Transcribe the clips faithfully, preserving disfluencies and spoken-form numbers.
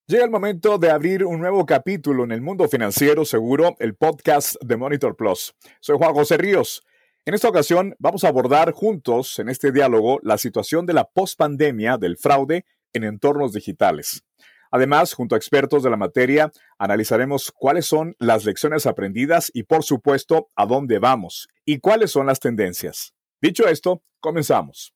Llega el momento de abrir un nuevo capítulo en el mundo financiero seguro, el podcast de Monitor Plus. Soy Juan José Ríos. En esta ocasión vamos a abordar juntos en este diálogo la situación de la pospandemia del fraude en entornos digitales. Además, junto a expertos de la materia, analizaremos cuáles son las lecciones aprendidas y, por supuesto, a dónde vamos y cuáles son las tendencias. Dicho esto, comenzamos.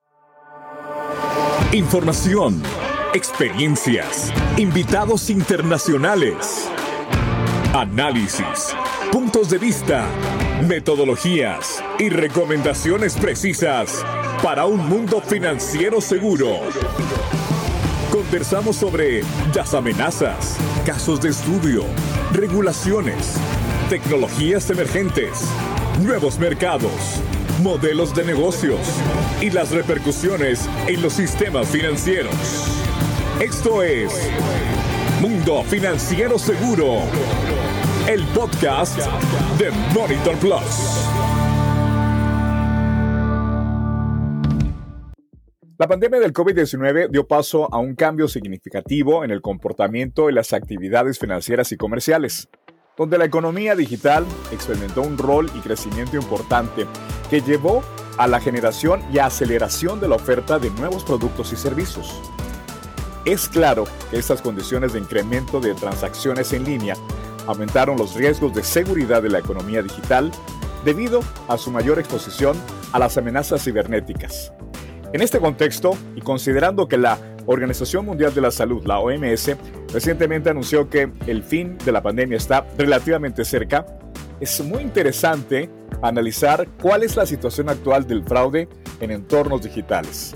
Información, experiencias, invitados internacionales, análisis, puntos de vista, metodologías y recomendaciones precisas para un mundo financiero seguro. Conversamos sobre las amenazas, casos de estudio, regulaciones, tecnologías emergentes, nuevos mercados, modelos de negocios y las repercusiones en los sistemas financieros. Esto es Mundo Financiero Seguro, el podcast de Monitor Plus. La pandemia del COVID diecinueve dio paso a un cambio significativo en el comportamiento y las actividades financieras y comerciales, donde la economía digital experimentó un rol y crecimiento importante que llevó a la generación y aceleración de la oferta de nuevos productos y servicios. Es claro que estas condiciones de incremento de transacciones en línea aumentaron los riesgos de seguridad de la economía digital debido a su mayor exposición a las amenazas cibernéticas. En este contexto, y considerando que la Organización Mundial de la Salud, la O M S, recientemente anunció que el fin de la pandemia está relativamente cerca, es muy interesante analizar cuál es la situación actual del fraude en entornos digitales,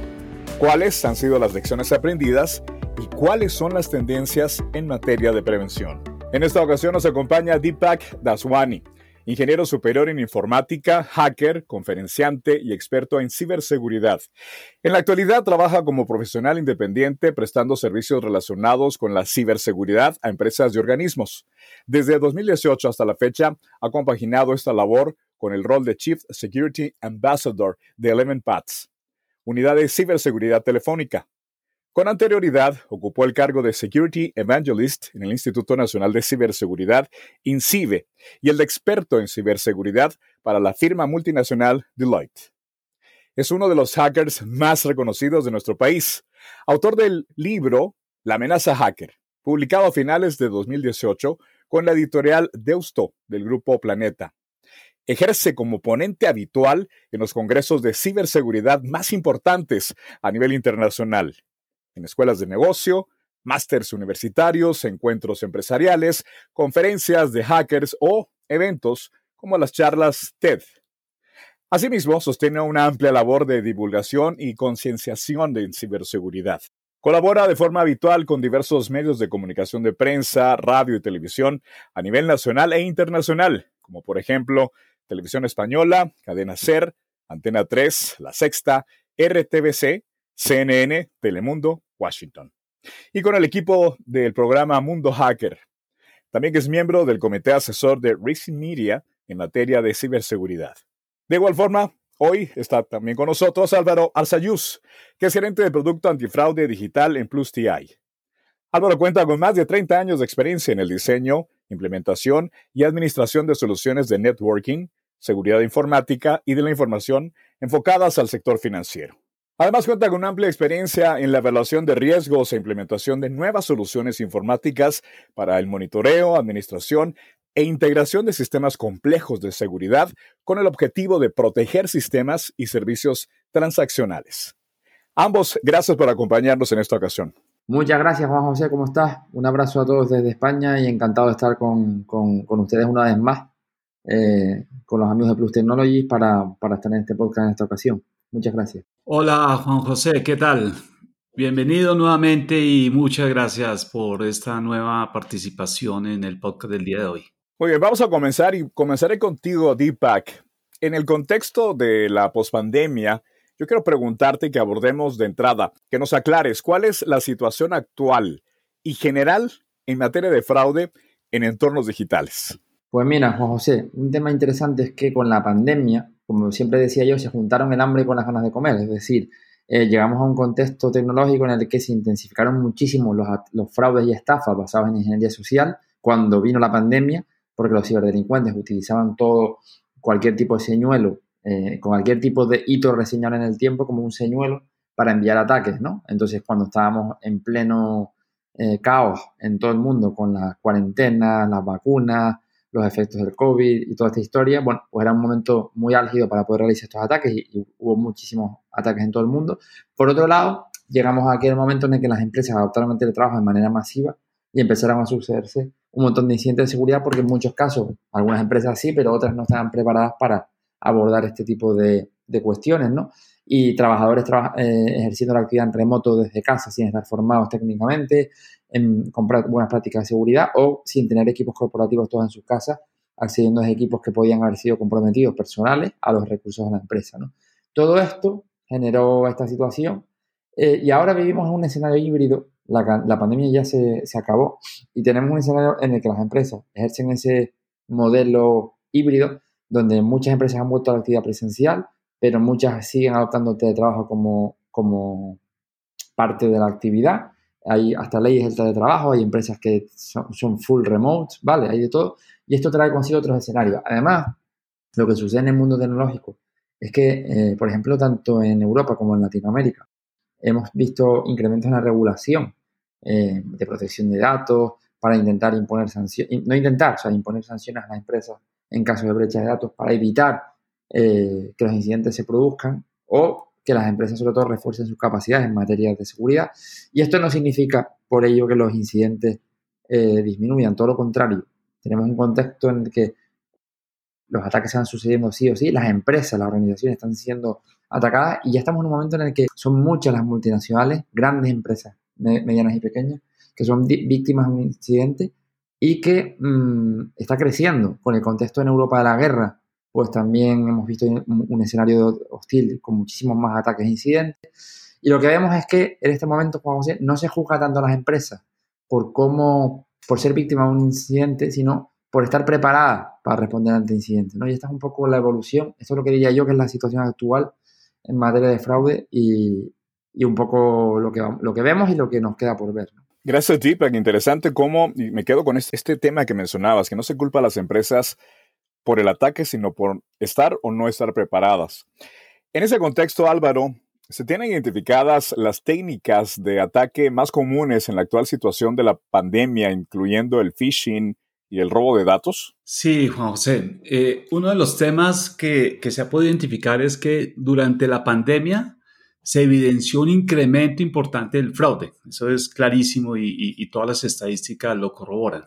cuáles han sido las lecciones aprendidas y cuáles son las tendencias en materia de prevención. En esta ocasión nos acompaña Deepak Daswani, ingeniero superior en informática, hacker, conferenciante y experto en ciberseguridad. En la actualidad trabaja como profesional independiente prestando servicios relacionados con la ciberseguridad a empresas y organismos. Desde dos mil dieciocho hasta la fecha ha compaginado esta labor con el rol de Chief Security Ambassador de Eleven Paths, unidad de ciberseguridad telefónica. Con anterioridad, ocupó el cargo de Security Evangelist en el Instituto Nacional de Ciberseguridad, INCIBE, y el de experto en ciberseguridad para la firma multinacional Deloitte. Es uno de los hackers más reconocidos de nuestro país, autor del libro La amenaza hacker, publicado a finales de dos mil dieciocho con la editorial Deusto del Grupo Planeta. Ejerce como ponente habitual en los congresos de ciberseguridad más importantes a nivel internacional, en escuelas de negocio, másters universitarios, encuentros empresariales, conferencias de hackers o eventos como las charlas TED. Asimismo, sostiene una amplia labor de divulgación y concienciación de ciberseguridad. Colabora de forma habitual con diversos medios de comunicación de prensa, radio y televisión a nivel nacional e internacional, como por ejemplo Televisión Española, Cadena SER, Antena tres, La Sexta, R T V C, C N N, Telemundo, Washington. Y con el equipo del programa Mundo Hacker. También es miembro del comité asesor de Rising Media en materia de ciberseguridad. De igual forma, hoy está también con nosotros Álvaro Arzayuz, que es gerente de producto antifraude digital en Plus T I. Álvaro cuenta con más de treinta años de experiencia en el diseño, implementación y administración de soluciones de networking, seguridad informática y de la información enfocadas al sector financiero. Además, cuenta con una amplia experiencia en la evaluación de riesgos e implementación de nuevas soluciones informáticas para el monitoreo, administración e integración de sistemas complejos de seguridad con el objetivo de proteger sistemas y servicios transaccionales. Ambos, gracias por acompañarnos en esta ocasión. Muchas gracias, Juan José. ¿Cómo estás? Un abrazo a todos desde España y encantado de estar con, con, con ustedes una vez más, eh, con los amigos de Plus Technologies para, para estar en este podcast en esta ocasión. Muchas gracias. Hola, Juan José, ¿qué tal? Bienvenido nuevamente y muchas gracias por esta nueva participación en el podcast del día de hoy. Muy bien, vamos a comenzar y comenzaré contigo, Deepak. En el contexto de la pospandemia, yo quiero preguntarte que abordemos de entrada, que nos aclares cuál es la situación actual y general en materia de fraude en entornos digitales. Pues mira, Juan José, un tema interesante es que con la pandemia, como siempre decía yo, se juntaron el hambre con las ganas de comer. Es decir, eh, llegamos a un contexto tecnológico en el que se intensificaron muchísimo los, los fraudes y estafas basados en ingeniería social cuando vino la pandemia, porque los ciberdelincuentes utilizaban todo, cualquier tipo de señuelo, eh, con cualquier tipo de hito reseñable en el tiempo como un señuelo para enviar ataques, ¿no? Entonces, cuando estábamos en pleno eh, caos en todo el mundo con las cuarentenas, las vacunas, los efectos del COVID y toda esta historia, bueno, pues era un momento muy álgido para poder realizar estos ataques y, y hubo muchísimos ataques en todo el mundo. Por otro lado, llegamos a aquel momento en el que las empresas adoptaron el teletrabajo de manera masiva y empezaron a sucederse un montón de incidentes de seguridad porque en muchos casos, algunas empresas sí, pero otras no estaban preparadas para abordar este tipo de, de cuestiones, ¿no? Y trabajadores traba, eh, ejerciendo la actividad en remoto desde casa sin estar formados técnicamente, en, con buenas prácticas de seguridad o sin tener equipos corporativos todos en sus casas, accediendo a equipos que podían haber sido comprometidos personales a los recursos de la empresa, ¿no? Todo esto generó esta situación eh, y ahora vivimos en un escenario híbrido. La, la pandemia ya se, se acabó y tenemos un escenario en el que las empresas ejercen ese modelo híbrido donde muchas empresas han vuelto a la actividad presencial, pero muchas siguen adoptando el teletrabajo como, como parte de la actividad. Hay hasta leyes del teletrabajo, hay empresas que son, son full remote, ¿vale? Hay de todo. Y esto trae consigo otros escenarios. Además, lo que sucede en el mundo tecnológico es que, eh, por ejemplo, tanto en Europa como en Latinoamérica, hemos visto incrementos en la regulación eh, de protección de datos para intentar imponer sanciones, no intentar, o sea, imponer sanciones a las empresas en caso de brecha de datos para evitar eh, que los incidentes se produzcan o que las empresas sobre todo refuercen sus capacidades en materia de seguridad. Y esto no significa por ello que los incidentes eh, disminuyan, todo lo contrario. Tenemos un contexto en el que los ataques están sucediendo sí o sí, las empresas, las organizaciones están siendo atacadas y ya estamos en un momento en el que son muchas las multinacionales, grandes empresas, medianas y pequeñas, que son víctimas de un incidente y que mmm, está creciendo con el contexto en Europa de la guerra. Pues también hemos visto un, un escenario hostil con muchísimos más ataques e incidentes. Y lo que vemos es que en este momento, Juan José, no se juzga tanto a las empresas por cómo, por ser víctimas de un incidente, sino por estar preparadas para responder ante incidentes, ¿no? Y esta es un poco la evolución. Esto es lo que diría yo que es la situación actual en materia de fraude y, y un poco lo que, lo que vemos y lo que nos queda por ver, ¿no? Gracias, Deepak. Interesante cómo, y me quedo con este, este tema que mencionabas, que no se culpa a las empresas por el ataque, sino por estar o no estar preparadas. En ese contexto, Álvaro, ¿se tienen identificadas las técnicas de ataque más comunes en la actual situación de la pandemia, incluyendo el phishing y el robo de datos? Sí, Juan José. Eh, uno de los temas que, que se ha podido identificar es que durante la pandemia se evidenció un incremento importante del fraude. Eso es clarísimo y, y, y todas las estadísticas lo corroboran.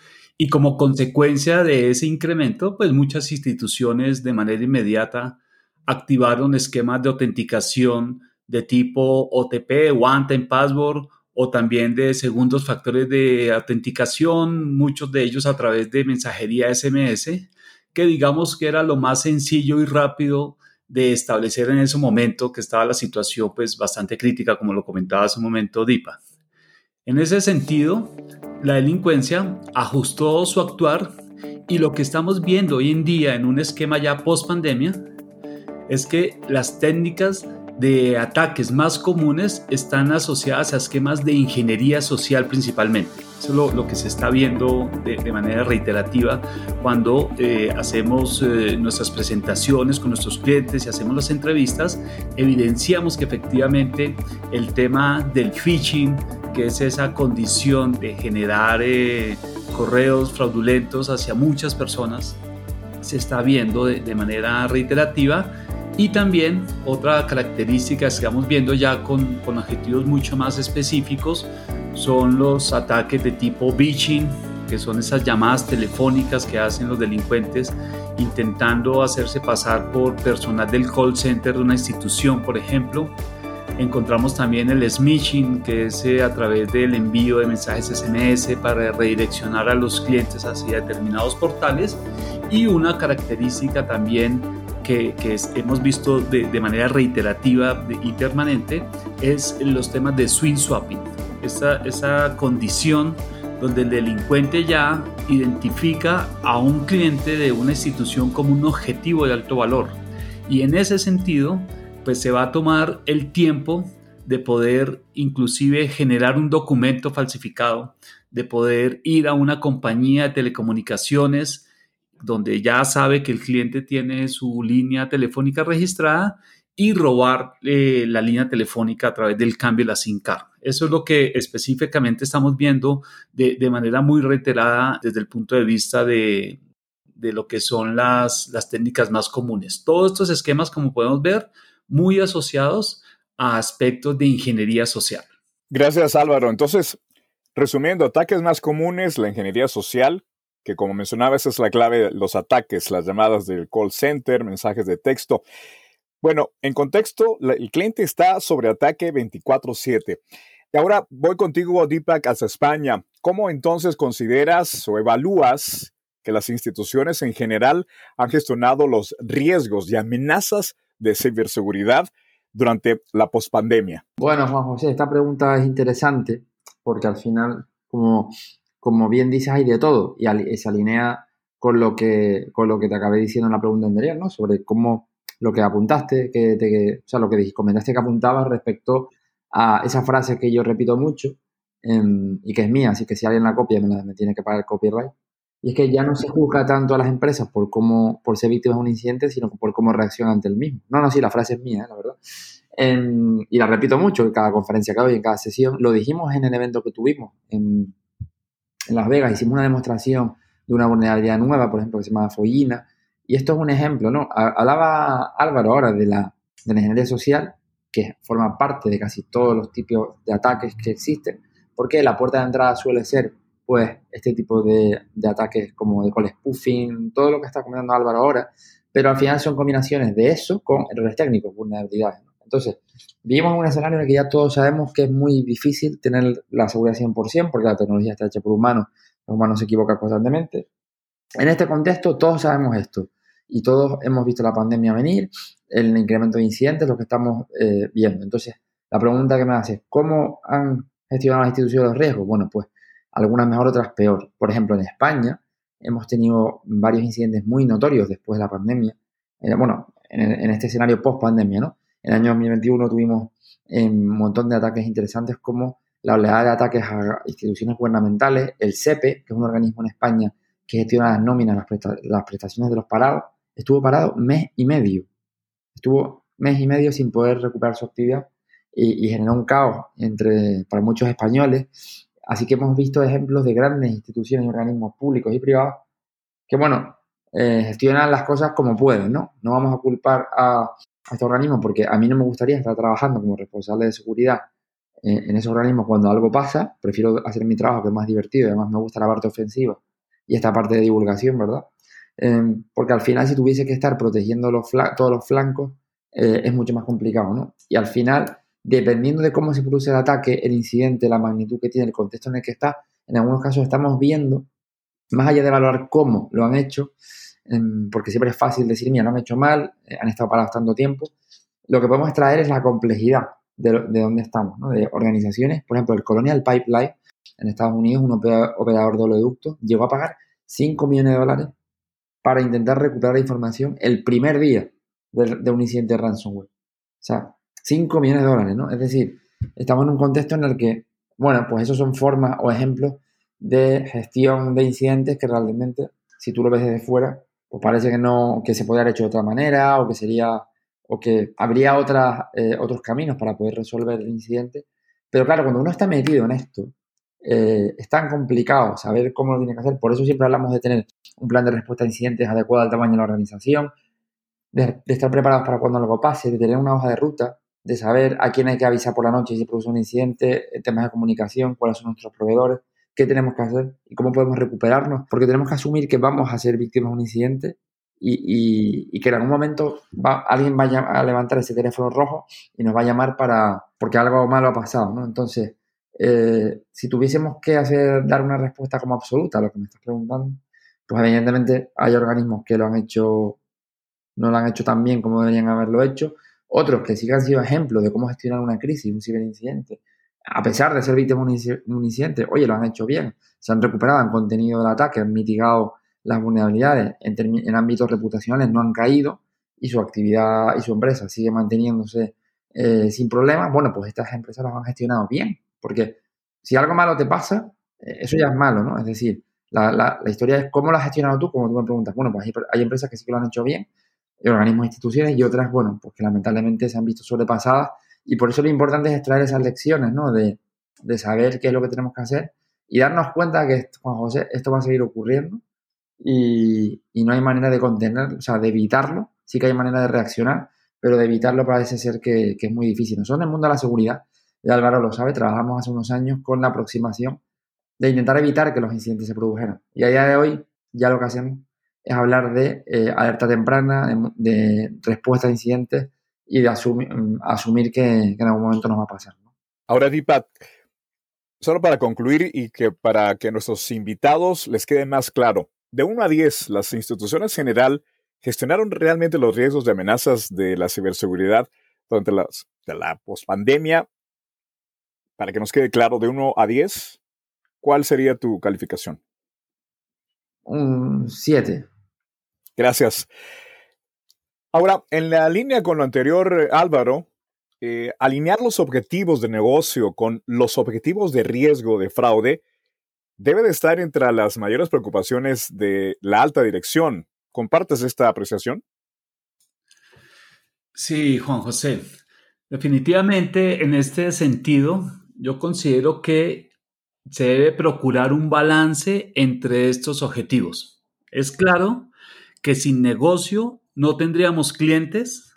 Y como consecuencia de ese incremento, pues muchas instituciones de manera inmediata activaron esquemas de autenticación de tipo O T P, One Time Password, o también de segundos factores de autenticación, muchos de ellos a través de mensajería S M S, que digamos que era lo más sencillo y rápido de establecer en ese momento que estaba la situación pues bastante crítica, como lo comentaba hace un momento Deepak. En ese sentido, la delincuencia ajustó su actuar y lo que estamos viendo hoy en día en un esquema ya post-pandemia es que las técnicas de ataques más comunes están asociadas a esquemas de ingeniería social principalmente. Eso es lo, lo que se está viendo de, de manera reiterativa cuando eh, hacemos eh, nuestras presentaciones con nuestros clientes y hacemos las entrevistas. Evidenciamos que efectivamente el tema del phishing, que es esa condición de generar eh, correos fraudulentos hacia muchas personas, se está viendo de, de manera reiterativa. Y también otra característica que estamos viendo ya con, con adjetivos mucho más específicos son los ataques de tipo phishing, que son esas llamadas telefónicas que hacen los delincuentes intentando hacerse pasar por personal del call center de una institución, por ejemplo. Encontramos también el smishing, que es eh, a través del envío de mensajes S M S para redireccionar a los clientes hacia determinados portales. Y una característica también que, que es, hemos visto de, de manera reiterativa de, y permanente es los temas de swing swapping. Esa, esa condición donde el delincuente ya identifica a un cliente de una institución como un objetivo de alto valor. Y en ese sentido, pues se va a tomar el tiempo de poder inclusive generar un documento falsificado, de poder ir a una compañía de telecomunicaciones donde ya sabe que el cliente tiene su línea telefónica registrada y robar eh, la línea telefónica a través del cambio de la SIM card. Eso es lo que específicamente estamos viendo de, de manera muy reiterada desde el punto de vista de, de lo que son las, las técnicas más comunes. Todos estos esquemas, como podemos ver, muy asociados a aspectos de ingeniería social. Gracias, Álvaro. Entonces, resumiendo, ataques más comunes, la ingeniería social, que como mencionaba, esa es la clave, los ataques, las llamadas del call center, mensajes de texto. Bueno, en contexto, la, el cliente está sobre ataque veinticuatro siete. Y ahora voy contigo, Deepak, hasta España. ¿Cómo entonces consideras o evalúas que las instituciones en general han gestionado los riesgos y amenazas de ciberseguridad durante la pospandemia? Bueno, Juan José, esta pregunta es interesante porque al final, como, como bien dices, hay de todo y al, se alinea con lo, que, con lo que te acabé diciendo en la pregunta anterior, ¿no? Sobre cómo lo que apuntaste, que te, que, o sea, lo que comentaste que apuntabas respecto a esa frase que yo repito mucho eh, y que es mía, así que si alguien la copia me, la, me tiene que pagar el copyright. Y es que ya no se juzga tanto a las empresas por cómo, por ser víctimas de un incidente, sino por cómo reaccionan ante el mismo. No, no, sí, la frase es mía, ¿eh? La verdad. En, y la repito mucho en cada conferencia que doy, en cada sesión. Lo dijimos en el evento que tuvimos en, en Las Vegas. Hicimos una demostración de una vulnerabilidad nueva, por ejemplo, que se llama Follina. Y esto es un ejemplo, ¿no? Hablaba Álvaro ahora de la, de la ingeniería social, que forma parte de casi todos los tipos de ataques que existen, porque la puerta de entrada suele ser pues este tipo de, de ataques como de call spoofing, todo lo que está comentando Álvaro ahora, pero al final son combinaciones de eso con errores técnicos, vulnerabilidades, ¿no? Entonces, vivimos en un escenario en el que ya todos sabemos que es muy difícil tener la seguridad cien por ciento porque la tecnología está hecha por humanos, los humanos se equivocan constantemente. En este contexto todos sabemos esto y todos hemos visto la pandemia venir, el incremento de incidentes, lo que estamos eh, viendo. Entonces, la pregunta que me hace es, ¿cómo han gestionado las instituciones los riesgos? Bueno, pues algunas mejor, otras peor. Por ejemplo, en España hemos tenido varios incidentes muy notorios después de la pandemia. Eh, bueno, en, en este escenario post-pandemia, ¿no? En el año dos mil veintiuno tuvimos eh, un montón de ataques interesantes como la oleada de ataques a instituciones gubernamentales, el S E P E, que es un organismo en España que gestiona las nóminas, las, presta- las prestaciones de los parados, estuvo parado mes y medio. Estuvo mes y medio sin poder recuperar su actividad y, y generó un caos entre, para muchos españoles. Así que hemos visto ejemplos de grandes instituciones y organismos públicos y privados que, bueno, eh, gestionan las cosas como pueden, ¿no? No vamos a culpar a, a este organismo porque a mí no me gustaría estar trabajando como responsable de seguridad eh, en esos organismos cuando algo pasa. Prefiero hacer mi trabajo, que es más divertido, y además me gusta la parte ofensiva y esta parte de divulgación, ¿verdad? Eh, porque al final, si tuviese que estar protegiendo los fla- todos los flancos, eh, es mucho más complicado, ¿no? Y al final, dependiendo de cómo se produce el ataque, el incidente, la magnitud que tiene, el contexto en el que está, en algunos casos estamos viendo, más allá de valorar cómo lo han hecho, eh, porque siempre es fácil decir, mira, lo han hecho mal, eh, han estado parados tanto tiempo, lo que podemos extraer es la complejidad de, de dónde estamos, ¿no? De organizaciones. Por ejemplo, el Colonial Pipeline en Estados Unidos, un operador de oleoducto, llegó a pagar cinco millones de dólares para intentar recuperar la información el primer día de, de un incidente de ransomware. O sea, cinco millones de dólares, ¿no? Es decir, estamos en un contexto en el que, bueno, pues esos son formas o ejemplos de gestión de incidentes que realmente, si tú lo ves desde fuera, pues parece que no, que se podría haber hecho de otra manera o que sería, o que habría otras, eh, otros caminos para poder resolver el incidente. Pero claro, cuando uno está metido en esto, eh, es tan complicado saber cómo lo tiene que hacer. Por eso siempre hablamos de tener un plan de respuesta a incidentes adecuado al tamaño de la organización, de, de estar preparados para cuando algo pase, de tener una hoja de ruta, de saber a quién hay que avisar por la noche si se produce un incidente, temas de comunicación, cuáles son nuestros proveedores, qué tenemos que hacer y cómo podemos recuperarnos, porque tenemos que asumir que vamos a ser víctimas de un incidente y, y, y que en algún momento va, alguien vaya a levantar ese teléfono rojo y nos va a llamar para porque algo malo ha pasado, ¿no? Entonces, eh, si tuviésemos que hacer dar una respuesta como absoluta a lo que me estás preguntando, pues evidentemente hay organismos que lo han hecho, no lo han hecho tan bien como deberían haberlo hecho, otros que sí que han sido ejemplos de cómo gestionar una crisis, un ciberincidente, a pesar de ser víctimas de un incidente, oye, lo han hecho bien, se han recuperado, han contenido el ataque, han mitigado las vulnerabilidades, en, en ámbitos reputacionales no han caído, y su actividad y su empresa sigue manteniéndose eh, sin problemas, bueno, pues estas empresas las han gestionado bien, porque si algo malo te pasa, eh, eso ya es malo, ¿no? Es decir, la, la, la historia es cómo lo has gestionado tú, como tú me preguntas. Bueno, pues hay, hay empresas que sí que lo han hecho bien, organismos e instituciones, y otras, bueno, pues que lamentablemente se han visto sobrepasadas, y por eso lo importante es extraer esas lecciones, ¿no? De, de saber qué es lo que tenemos que hacer y darnos cuenta que, Juan José, esto va a seguir ocurriendo y, y no hay manera de contenerlo, o sea, de evitarlo. Sí que hay manera de reaccionar, pero de evitarlo parece ser que, que es muy difícil. Nosotros en el mundo de la seguridad, y Álvaro lo sabe, trabajamos hace unos años con la aproximación de intentar evitar que los incidentes se produjeran. Y a día de hoy ya lo que hacemos es hablar de eh, alerta temprana, de, de respuesta a incidentes y de asumir, asumir que, que en algún momento nos va a pasar, ¿no? Ahora, Deepak, solo para concluir y que para que a nuestros invitados les quede más claro, de uno a diez, las instituciones en general gestionaron realmente los riesgos de amenazas de la ciberseguridad durante las, de la pospandemia. Para que nos quede claro, de uno a diez, ¿cuál sería tu calificación? Un siete. Gracias. Ahora, en la línea con lo anterior, Álvaro, eh, alinear los objetivos de negocio con los objetivos de riesgo de fraude debe de estar entre las mayores preocupaciones de la alta dirección. ¿Compartes esta apreciación? Sí, Juan José. Definitivamente, en este sentido, yo considero que se debe procurar un balance entre estos objetivos. Es claro que sin negocio no tendríamos clientes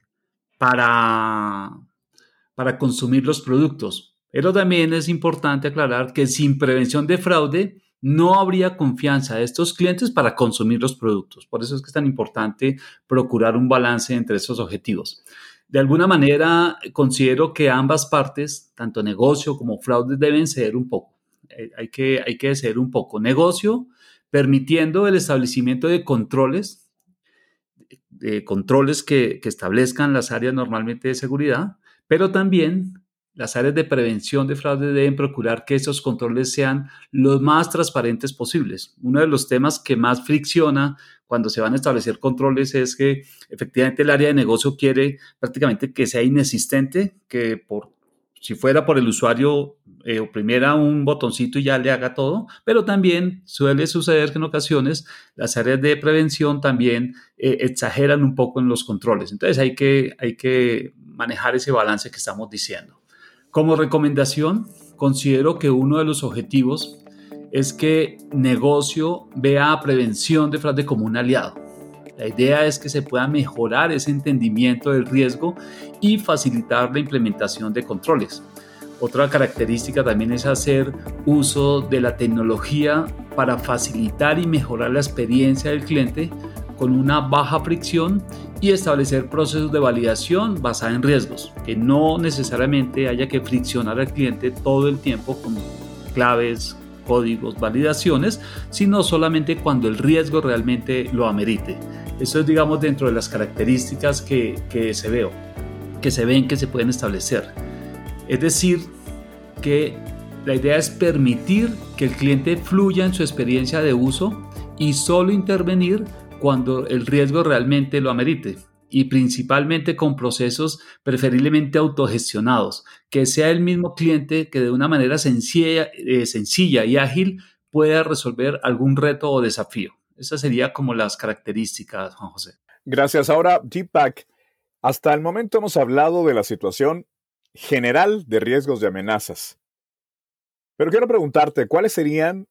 para, para consumir los productos. Pero también es importante aclarar que sin prevención de fraude no habría confianza de estos clientes para consumir los productos. Por eso es que es tan importante procurar un balance entre esos objetivos. De alguna manera, considero que ambas partes, tanto negocio como fraude, deben ceder un poco. Eh, hay que, hay que ceder un poco. Negocio, permitiendo el establecimiento de controles, de controles que, que establezcan las áreas normalmente de seguridad, pero también las áreas de prevención de fraude deben procurar que esos controles sean los más transparentes posibles. Uno de los temas que más fricciona cuando se van a establecer controles es que efectivamente el área de negocio quiere prácticamente que sea inexistente, que por, si fuera por el usuario eh, oprimiera un botoncito y ya le haga todo, pero también suele suceder que en ocasiones las áreas de prevención también eh, exageran un poco en los controles. Entonces hay que, hay que manejar ese balance que estamos diciendo. Como recomendación, considero que uno de los objetivos es que negocio vea a prevención de fraude como un aliado. La idea es que se pueda mejorar ese entendimiento del riesgo y facilitar la implementación de controles. Otra característica también es hacer uso de la tecnología para facilitar y mejorar la experiencia del cliente con una baja fricción y establecer procesos de validación basada en riesgos, que no necesariamente haya que friccionar al cliente todo el tiempo con claves, códigos, validaciones, sino solamente cuando el riesgo realmente lo amerite. Eso es, digamos, dentro de las características que, que se veo, que se ven que se pueden establecer. Es decir, que la idea es permitir que el cliente fluya en su experiencia de uso y solo intervenir cuando el riesgo realmente lo amerite, y principalmente con procesos preferiblemente autogestionados, que sea el mismo cliente que de una manera sencilla, eh, sencilla y ágil pueda resolver algún reto o desafío. Esas serían como las características, Juan José. Gracias. Ahora, Deepak, hasta el momento hemos hablado de la situación general de riesgos y amenazas. Pero quiero preguntarte, ¿cuáles serían,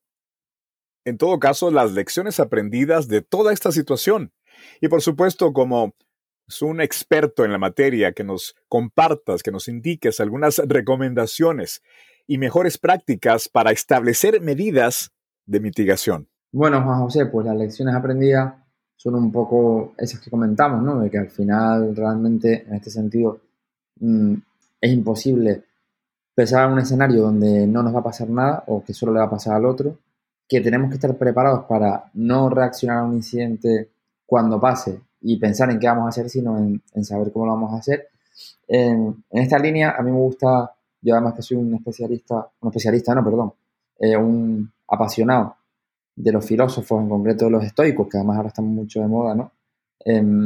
en todo caso, las lecciones aprendidas de toda esta situación? Y por supuesto, como un experto en la materia, que nos compartas, que nos indiques algunas recomendaciones y mejores prácticas para establecer medidas de mitigación. Bueno, Juan José, pues las lecciones aprendidas son un poco esas que comentamos, ¿no? De que al final realmente, en este sentido, mmm, es imposible pensar en un escenario donde no nos va a pasar nada o que solo le va a pasar al otro, que tenemos que estar preparados para no reaccionar a un incidente cuando pase y pensar en qué vamos a hacer, sino en, en saber cómo lo vamos a hacer. En, en esta línea, a mí me gusta, yo además que soy un especialista, un especialista, no, perdón, eh, un apasionado de los filósofos, en concreto de los estoicos, que además ahora están mucho de moda, ¿no? Eh,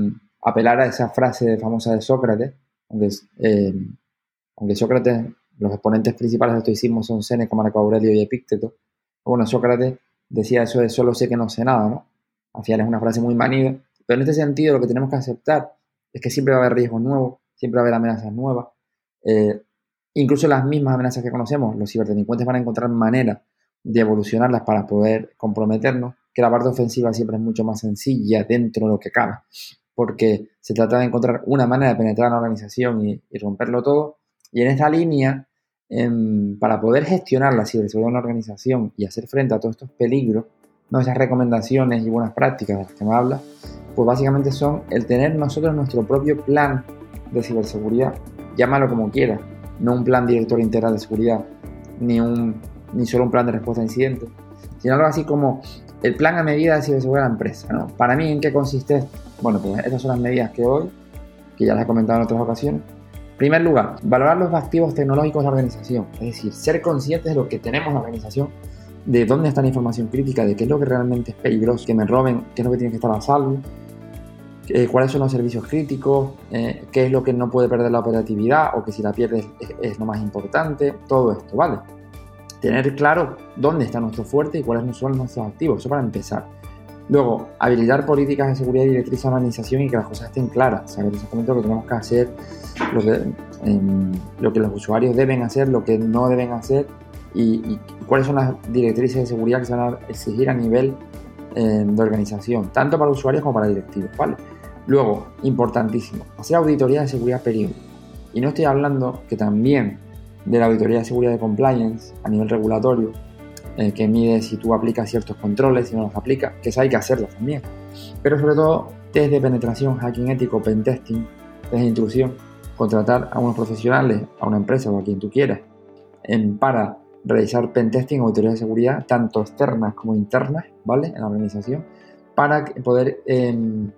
apelar a esa frase famosa de Sócrates, aunque, eh, aunque Sócrates, los exponentes principales del estoicismo son Séneca, Marco Aurelio y Epícteto. Bueno, Sócrates decía eso de solo sé que no sé nada, ¿no? Al final es una frase muy manida, pero en este sentido lo que tenemos que aceptar es que siempre va a haber riesgos nuevos, siempre va a haber amenazas nuevas. Eh, incluso las mismas amenazas que conocemos, los ciberdelincuentes van a encontrar maneras de evolucionarlas para poder comprometernos, que la parte ofensiva siempre es mucho más sencilla dentro de lo que cabe, porque se trata de encontrar una manera de penetrar en la organización y, y romperlo todo. Y en esta línea, eh, para poder gestionar la ciberseguridad de una organización y hacer frente a todos estos peligros, ¿no? Esas recomendaciones y buenas prácticas de las que me habla, pues básicamente son el tener nosotros nuestro propio plan de ciberseguridad, llámalo como quieras, no un plan director integral de seguridad, ni, un, ni solo un plan de respuesta a incidentes, sino algo así como el plan a medida de ciberseguridad de la empresa, ¿no? Para mí, ¿en qué consiste esto? Bueno, pues estas son las medidas que hoy, que ya las he comentado en otras ocasiones. En primer lugar, valorar los activos tecnológicos de la organización, es decir, ser conscientes de lo que tenemos en la organización, de dónde está la información crítica, de qué es lo que realmente es peligroso, que me roben, qué es lo que tiene que estar a salvo, eh, cuáles son los servicios críticos, eh, qué es lo que no puede perder la operatividad o que si la pierdes es, es lo más importante, todo esto, ¿vale? Tener claro dónde está nuestro fuerte y cuáles son nuestros activos, eso para empezar. Luego, habilitar políticas de seguridad y directrices a la organización y que las cosas estén claras, saber exactamente lo que tenemos que hacer, lo que, eh, lo que los usuarios deben hacer, lo que no deben hacer y, y cuáles son las directrices de seguridad que se van a exigir a nivel eh, de organización, tanto para usuarios como para directivos, ¿vale? Luego, importantísimo, hacer auditoría de seguridad periódica. Y no estoy hablando que también de la auditoría de seguridad de compliance a nivel regulatorio, eh, que mide si tú aplicas ciertos controles, si no los aplicas, que eso hay que hacerlo también. Pero sobre todo, test de penetración, hacking ético, pentesting, test de intrusión, contratar a unos profesionales, a una empresa o a quien tú quieras, en, para realizar pentesting o auditoría de seguridad, tanto externas como internas, ¿vale? En la organización, para poder eh,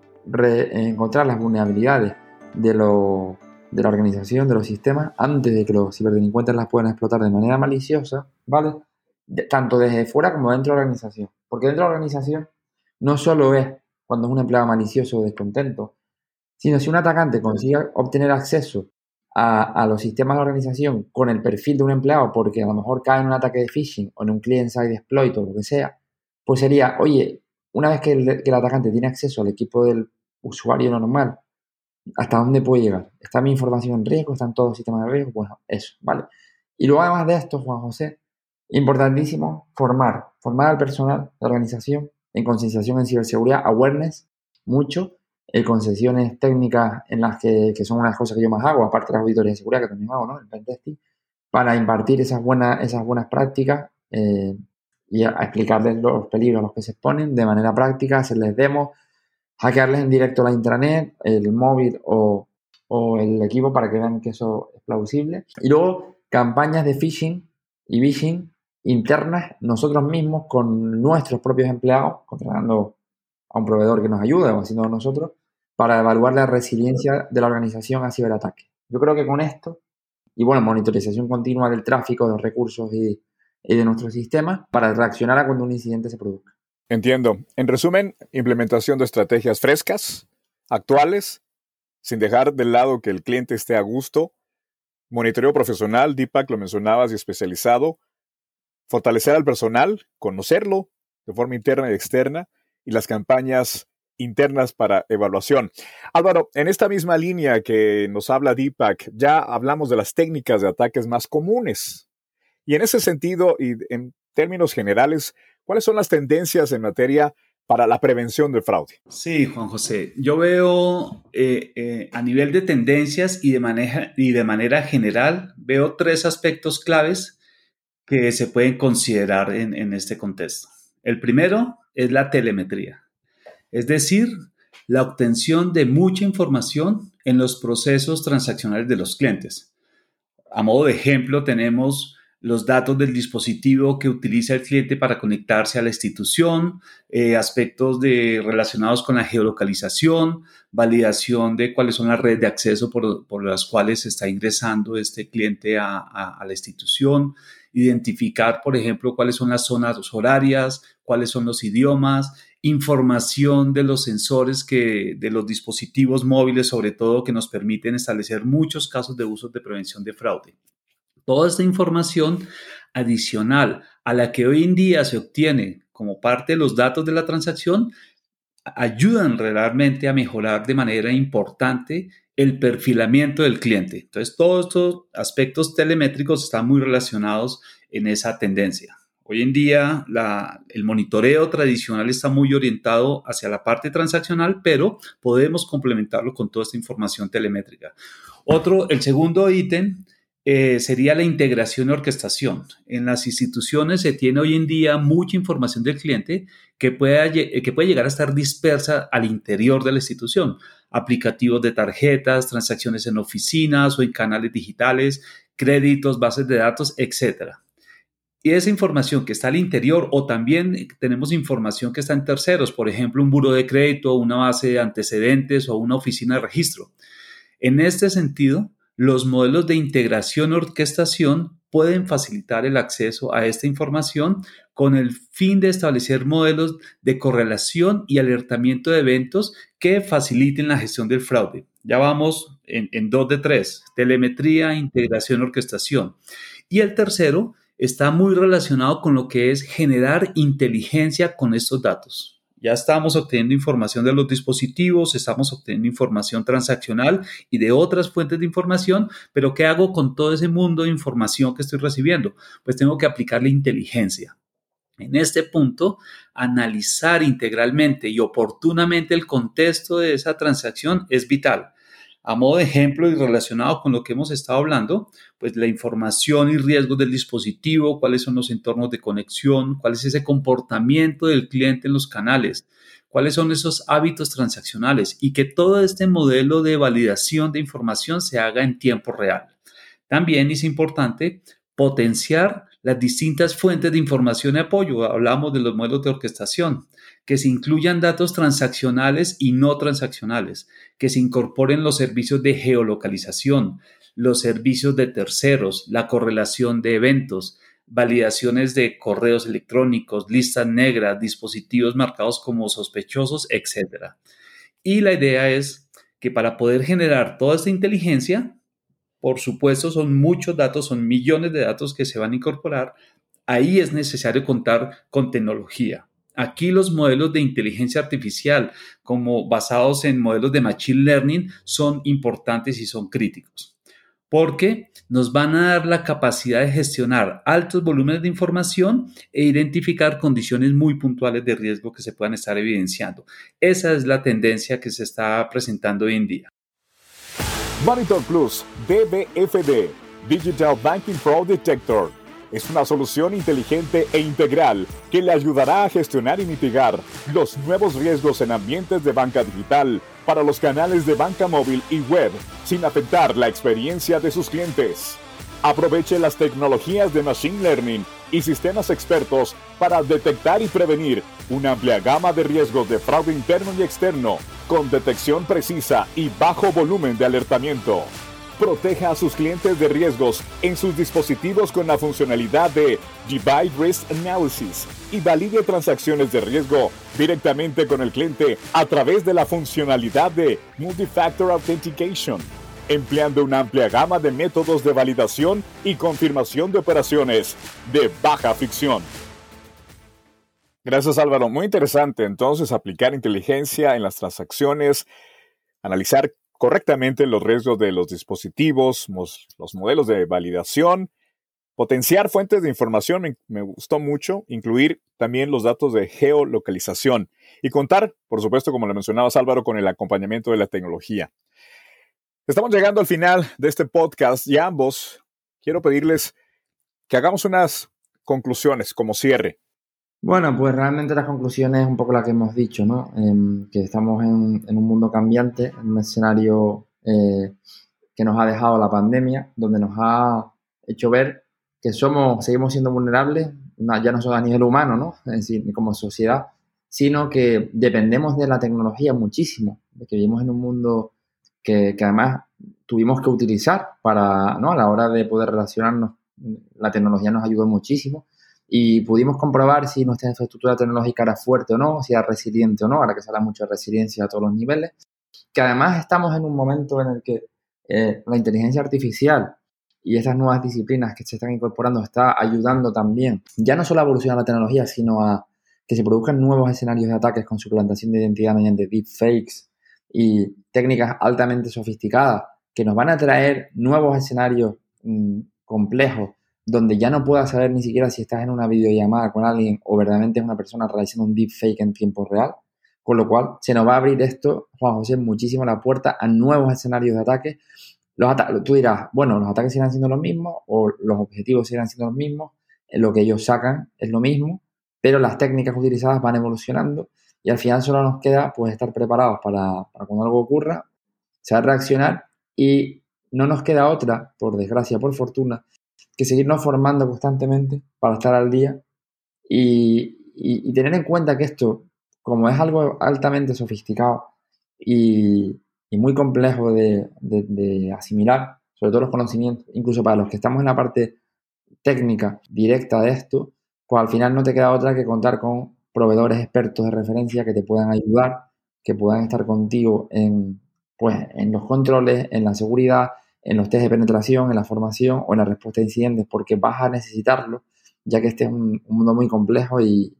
re, encontrar las vulnerabilidades de, lo, de la organización, de los sistemas, antes de que los ciberdelincuentes las puedan explotar de manera maliciosa, ¿vale? De, tanto desde fuera como dentro de la organización. Porque dentro de la organización no solo es cuando es un empleado malicioso o descontento, sino si un atacante consigue obtener acceso a, a los sistemas de la organización con el perfil de un empleado porque a lo mejor cae en un ataque de phishing o en un client-side exploit o lo que sea, pues sería, oye, una vez que el, que el atacante tiene acceso al equipo del usuario normal, ¿hasta dónde puede llegar? ¿Está mi información en riesgo? ¿Están todos los sistemas de riesgo? Pues eso, ¿vale? Y luego además de esto, Juan José, importantísimo formar, formar al personal de la organización en concienciación en ciberseguridad, awareness, mucho, eh, concesiones técnicas en las que, que son unas cosas que yo más hago, aparte de las auditorías de seguridad que también hago, ¿no? El pentesting, para impartir esas buenas, esas buenas prácticas eh, y a, a explicarles los peligros a los que se exponen de manera práctica, hacerles demos, hackearles en directo la intranet, el móvil o, o el equipo para que vean que eso es plausible. Y luego campañas de phishing y vishing internas nosotros mismos con nuestros propios empleados, contratando a un proveedor que nos ayude o haciendo nosotros, para evaluar la resiliencia de la organización a ciberataques. Yo creo que con esto, y bueno, monitorización continua del tráfico, de los recursos y, y de nuestros sistemas, para reaccionar a cuando un incidente se produzca. Entiendo. En resumen, implementación de estrategias frescas, actuales, sin dejar de lado que el cliente esté a gusto, monitoreo profesional, Deepak, lo mencionabas, y especializado, fortalecer al personal, conocerlo de forma interna y externa, y las campañas internas para evaluación. Álvaro, en esta misma línea que nos habla Deepak, ya hablamos de las técnicas de ataques más comunes. Y en ese sentido, y en términos generales, ¿cuáles son las tendencias en materia para la prevención del fraude? Sí, Juan José, yo veo eh, eh, a nivel de tendencias y de, maneja, y de manera general, veo tres aspectos claves que se pueden considerar en, en este contexto. El primero es la telemetría, es decir, la obtención de mucha información en los procesos transaccionales de los clientes. A modo de ejemplo, tenemos los datos del dispositivo que utiliza el cliente para conectarse a la institución, eh, aspectos de, relacionados con la geolocalización, validación de cuáles son las redes de acceso por, por las cuales está ingresando este cliente a, a, a la institución, identificar, por ejemplo, cuáles son las zonas horarias, cuáles son los idiomas información de los sensores, que, de los dispositivos móviles, sobre todo, que nos permiten establecer muchos casos de usos de prevención de fraude. Toda esta información adicional a la que hoy en día se obtiene como parte de los datos de la transacción ayudan realmente a mejorar de manera importante el perfilamiento del cliente. Entonces, todos estos aspectos telemétricos están muy relacionados en esa tendencia. Hoy en día, la, el monitoreo tradicional está muy orientado hacia la parte transaccional, pero podemos complementarlo con toda esta información telemétrica. Otro, el segundo ítem eh, sería la integración y orquestación. En las instituciones se tiene hoy en día mucha información del cliente que puede, que puede llegar a estar dispersa al interior de la institución. Aplicativos de tarjetas, transacciones en oficinas o en canales digitales, créditos, bases de datos, etcétera. Y esa información que está al interior, o también tenemos información que está en terceros, por ejemplo, un buró de crédito, una base de antecedentes o una oficina de registro. En este sentido, los modelos de integración y orquestación pueden facilitar el acceso a esta información con el fin de establecer modelos de correlación y alertamiento de eventos que faciliten la gestión del fraude. Ya vamos en, en dos de tres, telemetría, integración, orquestación. Y el tercero está muy relacionado con lo que es generar inteligencia con estos datos. Ya estamos obteniendo información de los dispositivos, estamos obteniendo información transaccional y de otras fuentes de información, pero ¿qué hago con todo ese mundo de información que estoy recibiendo? Pues tengo que aplicarle inteligencia. En este punto, analizar integralmente y oportunamente el contexto de esa transacción es vital. A modo de ejemplo y relacionado con lo que hemos estado hablando, pues la información y riesgos del dispositivo, cuáles son los entornos de conexión, cuál es ese comportamiento del cliente en los canales, cuáles son esos hábitos transaccionales y que todo este modelo de validación de información se haga en tiempo real. También es importante potenciar las distintas fuentes de información y apoyo. Hablamos de los modelos de orquestación, que se incluyan datos transaccionales y no transaccionales, que se incorporen los servicios de geolocalización, los servicios de terceros, la correlación de eventos, validaciones de correos electrónicos, listas negras, dispositivos marcados como sospechosos, etcétera. Y la idea es que para poder generar toda esta inteligencia, por supuesto, son muchos datos, son millones de datos que se van a incorporar. Ahí es necesario contar con tecnología. Aquí los modelos de inteligencia artificial, como basados en modelos de machine learning, son importantes y son críticos, porque nos van a dar la capacidad de gestionar altos volúmenes de información e identificar condiciones muy puntuales de riesgo que se puedan estar evidenciando. Esa es la tendencia que se está presentando hoy en día. Monitor Plus D B F D, Digital Banking Fraud Detector, es una solución inteligente e integral que le ayudará a gestionar y mitigar los nuevos riesgos en ambientes de banca digital para los canales de banca móvil y web sin afectar la experiencia de sus clientes. Aproveche las tecnologías de Machine Learning y sistemas expertos para detectar y prevenir una amplia gama de riesgos de fraude interno y externo con detección precisa y bajo volumen de alertamiento. Proteja a sus clientes de riesgos en sus dispositivos con la funcionalidad de Device Risk Analysis y valide transacciones de riesgo directamente con el cliente a través de la funcionalidad de Multi-Factor Authentication, empleando una amplia gama de métodos de validación y confirmación de operaciones de baja fricción. Gracias, Álvaro. Muy interesante, entonces, aplicar inteligencia en las transacciones, analizar correctamente los riesgos de los dispositivos, los modelos de validación, potenciar fuentes de información, me, me gustó mucho, incluir también los datos de geolocalización y contar, por supuesto, como lo mencionabas, Álvaro, con el acompañamiento de la tecnología. Estamos llegando al final de este podcast y a ambos quiero pedirles que hagamos unas conclusiones como cierre. Bueno, pues realmente las conclusiones es un poco la que hemos dicho, ¿no? Eh, que estamos en, en un mundo cambiante, en un escenario eh, que nos ha dejado la pandemia, donde nos ha hecho ver que somos, seguimos siendo vulnerables, no, ya no solo a nivel humano, ¿no? Es decir, como sociedad, sino que dependemos de la tecnología muchísimo, de que vivimos en un mundo que, que además tuvimos que utilizar para, ¿no? A la hora de poder relacionarnos, la tecnología nos ayudó muchísimo. y pudimos comprobar si nuestra infraestructura tecnológica era fuerte o no, si era resiliente o no, ahora que se habla mucho de resiliencia a todos los niveles, que además estamos en un momento en el que eh, la inteligencia artificial y estas nuevas disciplinas que se están incorporando está ayudando también, ya no solo a evolucionar la tecnología, sino a que se produzcan nuevos escenarios de ataques con suplantación de identidad mediante deepfakes y técnicas altamente sofisticadas que nos van a traer nuevos escenarios mmm, complejos donde ya no puedas saber ni siquiera si estás en una videollamada con alguien o verdaderamente es una persona realizando un deepfake en tiempo real. Con lo cual, se nos va a abrir esto, Juan José, muchísimo la puerta a nuevos escenarios de ataque. Los ata- tú dirás, bueno, los ataques siguen siendo los mismos o los objetivos siguen siendo los mismos, lo que ellos sacan es lo mismo, pero las técnicas utilizadas van evolucionando y al final solo nos queda pues estar preparados para, para cuando algo ocurra, saber reaccionar y no nos queda otra, por desgracia, por fortuna, que seguirnos formando constantemente para estar al día y, y, y tener en cuenta que esto, como es algo altamente sofisticado y, y muy complejo de, de, de asimilar, sobre todo los conocimientos, incluso para los que estamos en la parte técnica directa de esto, pues al final no te queda otra que contar con proveedores expertos de referencia que te puedan ayudar, que puedan estar contigo en, pues, en los controles, en la seguridad, en los test de penetración, en la formación o en la respuesta a incidentes, porque vas a necesitarlo, ya que este es un, un mundo muy complejo y,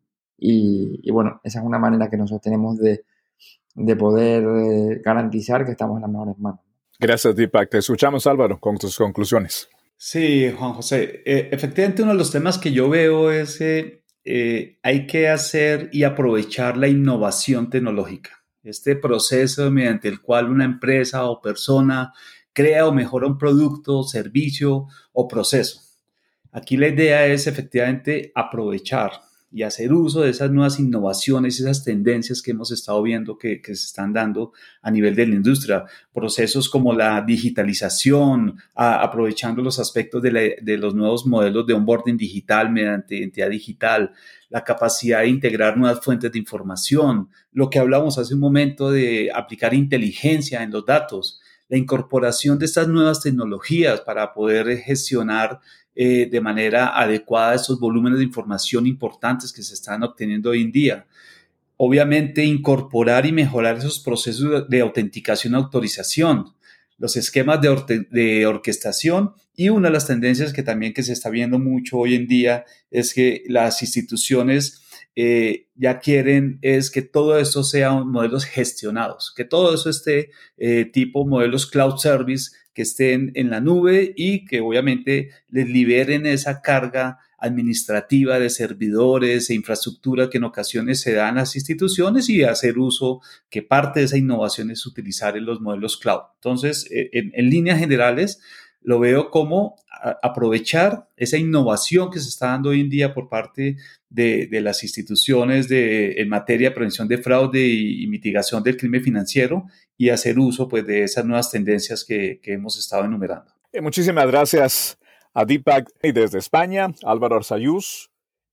y, y bueno, esa es una manera que nosotros tenemos de, de poder eh, garantizar que estamos en las mejores manos. Gracias, Deepak. Te escuchamos, Álvaro, con tus conclusiones. Sí, Juan José. Eh, efectivamente, uno de los temas que yo veo es eh, eh, hay que hacer y aprovechar la innovación tecnológica. Este proceso mediante el cual una empresa o persona crea o mejora un producto, servicio o proceso. Aquí la idea es efectivamente aprovechar y hacer uso de esas nuevas innovaciones, esas tendencias que hemos estado viendo que, que se están dando a nivel de la industria. Procesos como la digitalización, a, aprovechando los aspectos de, la, de los nuevos modelos de onboarding digital mediante identidad digital, la capacidad de integrar nuevas fuentes de información, lo que hablamos hace un momento de aplicar inteligencia en los datos, la incorporación de estas nuevas tecnologías para poder gestionar Eh, de manera adecuada esos volúmenes de información importantes que se están obteniendo hoy en día. Obviamente, incorporar y mejorar esos procesos de autenticación y autorización, los esquemas de, orte- de orquestación y una de las tendencias que también que se está viendo mucho hoy en día es que las instituciones eh, ya quieren es que todo esto sea modelos gestionados, que todo eso esté eh, tipo modelos cloud service que estén en la nube y que obviamente les liberen esa carga administrativa de servidores e infraestructura que en ocasiones se dan a las instituciones y hacer uso, que parte de esa innovación es utilizar en los modelos cloud. Entonces, en, en líneas generales, lo veo como a, aprovechar esa innovación que se está dando hoy en día por parte de, de las instituciones de, en materia de prevención de fraude y, y mitigación del crimen financiero y hacer uso pues, de esas nuevas tendencias que, que hemos estado enumerando. Eh, muchísimas gracias a Deepak y desde España, Álvaro Arzayuz.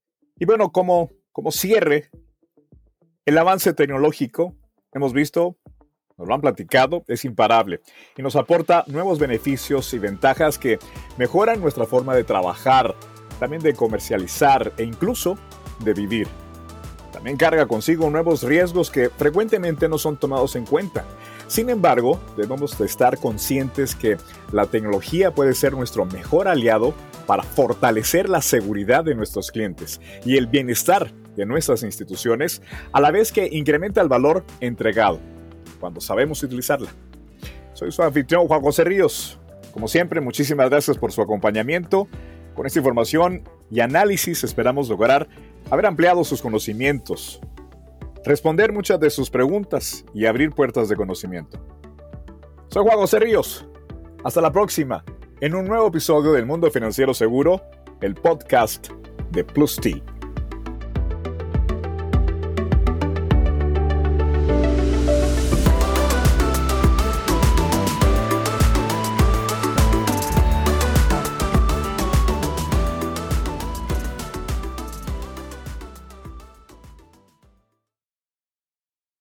Y bueno, como, como cierre, el avance tecnológico, hemos visto, nos lo han platicado, es imparable y nos aporta nuevos beneficios y ventajas que mejoran nuestra forma de trabajar, también de comercializar e incluso de vivir. También carga consigo nuevos riesgos que frecuentemente no son tomados en cuenta. Sin embargo, debemos de estar conscientes que la tecnología puede ser nuestro mejor aliado para fortalecer la seguridad de nuestros clientes y el bienestar de nuestras instituciones, a la vez que incrementa el valor entregado cuando sabemos utilizarla. Soy su anfitrión Juan José Ríos. Como siempre, muchísimas gracias por su acompañamiento. Con esta información y análisis esperamos lograr haber ampliado sus conocimientos, responder muchas de sus preguntas y abrir puertas de conocimiento. Soy Juan José Ríos. Hasta la próxima en un nuevo episodio del Mundo Financiero Seguro, el podcast de Plus T.